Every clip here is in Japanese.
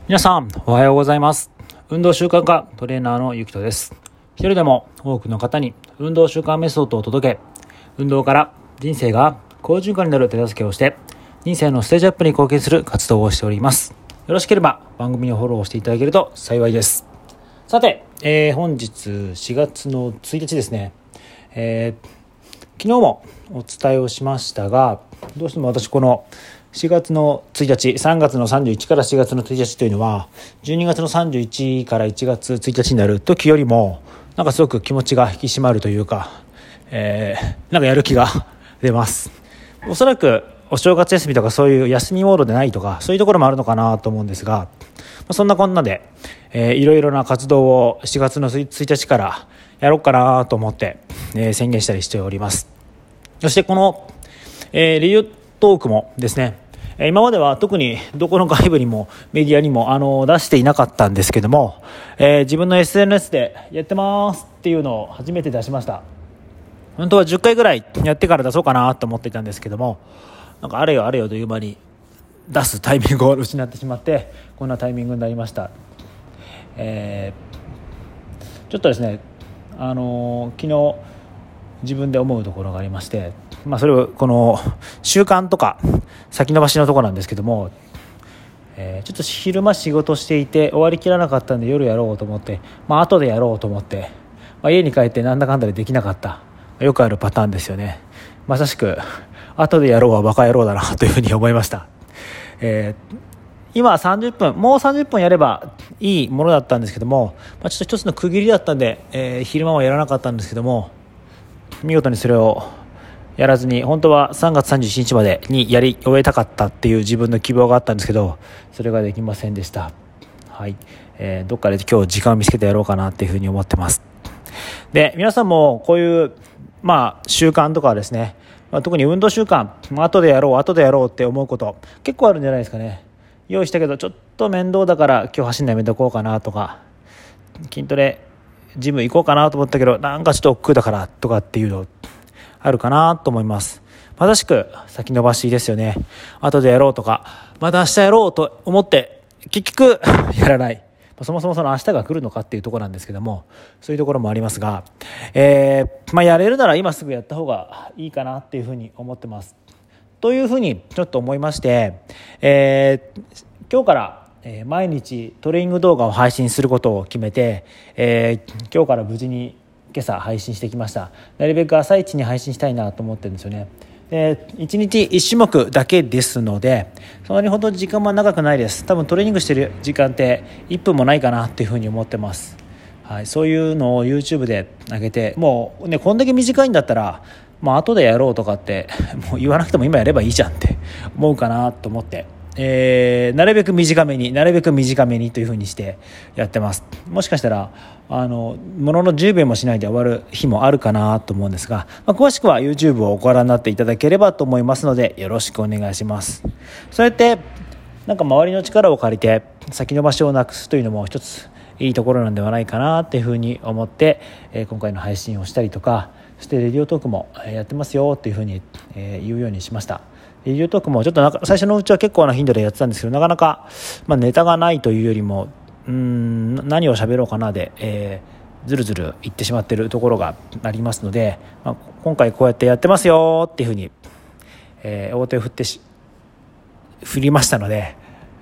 皆さんおはようございます。運動習慣科トレーナーのゆきとです。一人でも多くの方に運動習慣メソッドを届け、運動から人生が好循環になる手助けをして、人生のステージアップに貢献する活動をしております。よろしければ番組をフォローしていただけると幸いです。さて、本日4月の1日ですね。昨日もお伝えをしましたが、どうしても私この4月の1日、3月の31から4月の1日というのは、12月の31から1月1日になる時よりも、なんかすごく気持ちが引き締まるというか、なんかやる気が出ます。おそらくお正月休みとかそういう休みモードでないとか、そういうところもあるのかなと思うんですが、そんなこんなで、いろいろな活動を4月の1日からやろうかなと思って、宣言したりしております。そしてこの、レディオトークもですね、今までは特にどこの外部にもメディアにも出していなかったんですけども、自分の SNS でやってますっていうのを初めて出しました。本当は10回ぐらいやってから出そうかなと思っていたんですけども、なんかあれよという間に出すタイミングを失ってしまって、こんなタイミングになりました。ちょっとですね、昨日自分で思うところがありまして、それをこの習慣とか先延ばしのところなんですけども、ちょっと昼間仕事していて終わりきらなかったんで夜やろうと思って、後でやろうと思って、家に帰ってなんだかんだでできなかった、よくあるパターンですよね。まさしく後でやろうはバカ野郎だなというふうに思いました。今30分もう30分やればいいものだったんですけども、ちょっと一つの区切りだったんで、昼間はやらなかったんですけども、見事にそれをやらずに、本当は3月31日までにやり終えたかったっていう自分の希望があったんですけど、それができませんでした。はい、どっかで今日時間を見つけてやろうかなっていうふうに思ってます。で、皆さんもこういう習慣とかはですね、特に運動習慣、後でやろうって思うこと結構あるんじゃないですかね。用意したけどちょっと面倒だから今日走るのやめとこうかなとか、筋トレジム行こうかなと思ったけどなんかちょっと億劫だからとかっていうのあるかなと思います。まさしく先延ばしですよね。後でやろうとかまた明日やろうと思って結局やらない、そもそもその明日が来るのかっていうところなんですけども、そういうところもありますが、やれるなら今すぐやった方がいいかなっていうふうに思ってますというふうにちょっと思いまして、今日から毎日トレーニング動画を配信することを決めて、今日から無事に今朝配信してきました。なるべく朝一に配信したいなと思ってるんですよね。で、1日1種目だけですので、そんなに本当に時間も長くないです。多分トレーニングしてる時間って1分もないかなっていうふうに思ってます。はい、そういうのを YouTube で上げて、もうね、こんだけ短いんだったら後でやろうとかってもう言わなくても今やればいいじゃんって思うかなと思って、なるべく短めにという風にしてやってます。もしかしたらものの10秒もしないで終わる日もあるかなと思うんですが、詳しくは YouTube をご覧になっていただければと思いますのでよろしくお願いします。そうやって周りの力を借りて先延ばしをなくすというのも一ついいところなんではないかなっていうふうに思って、今回の配信をしたりとか、そしてレディオトークもやってますよっていうふうに、言うようにしました。レディオトークもちょっと最初のうちは結構な頻度でやってたんですけど、なかなか、ネタがないというよりも何を喋ろうかなで、ずるずる言ってしまっているところがありますので、今回こうやってやってますよっていうふうに、大手を振りましたので、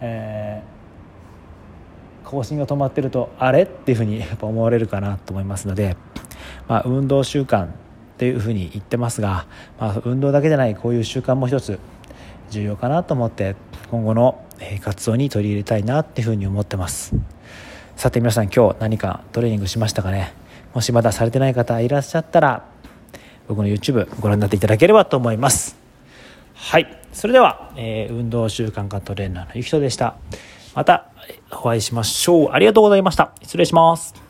更新が止まってるとあれっていうふうにやっぱ思われるかなと思いますので、運動習慣っていうふうに言ってますが、運動だけじゃないこういう習慣も一つ重要かなと思って今後の活動に取り入れたいなっていうふうに思ってます。さて皆さん、今日何かトレーニングしましたかね。もしまだされてない方いらっしゃったら僕の YouTube ご覧になっていただければと思います。はい、それでは、運動習慣科トレーナーのゆきとでした。またお会いしましょう。ありがとうございました。失礼します。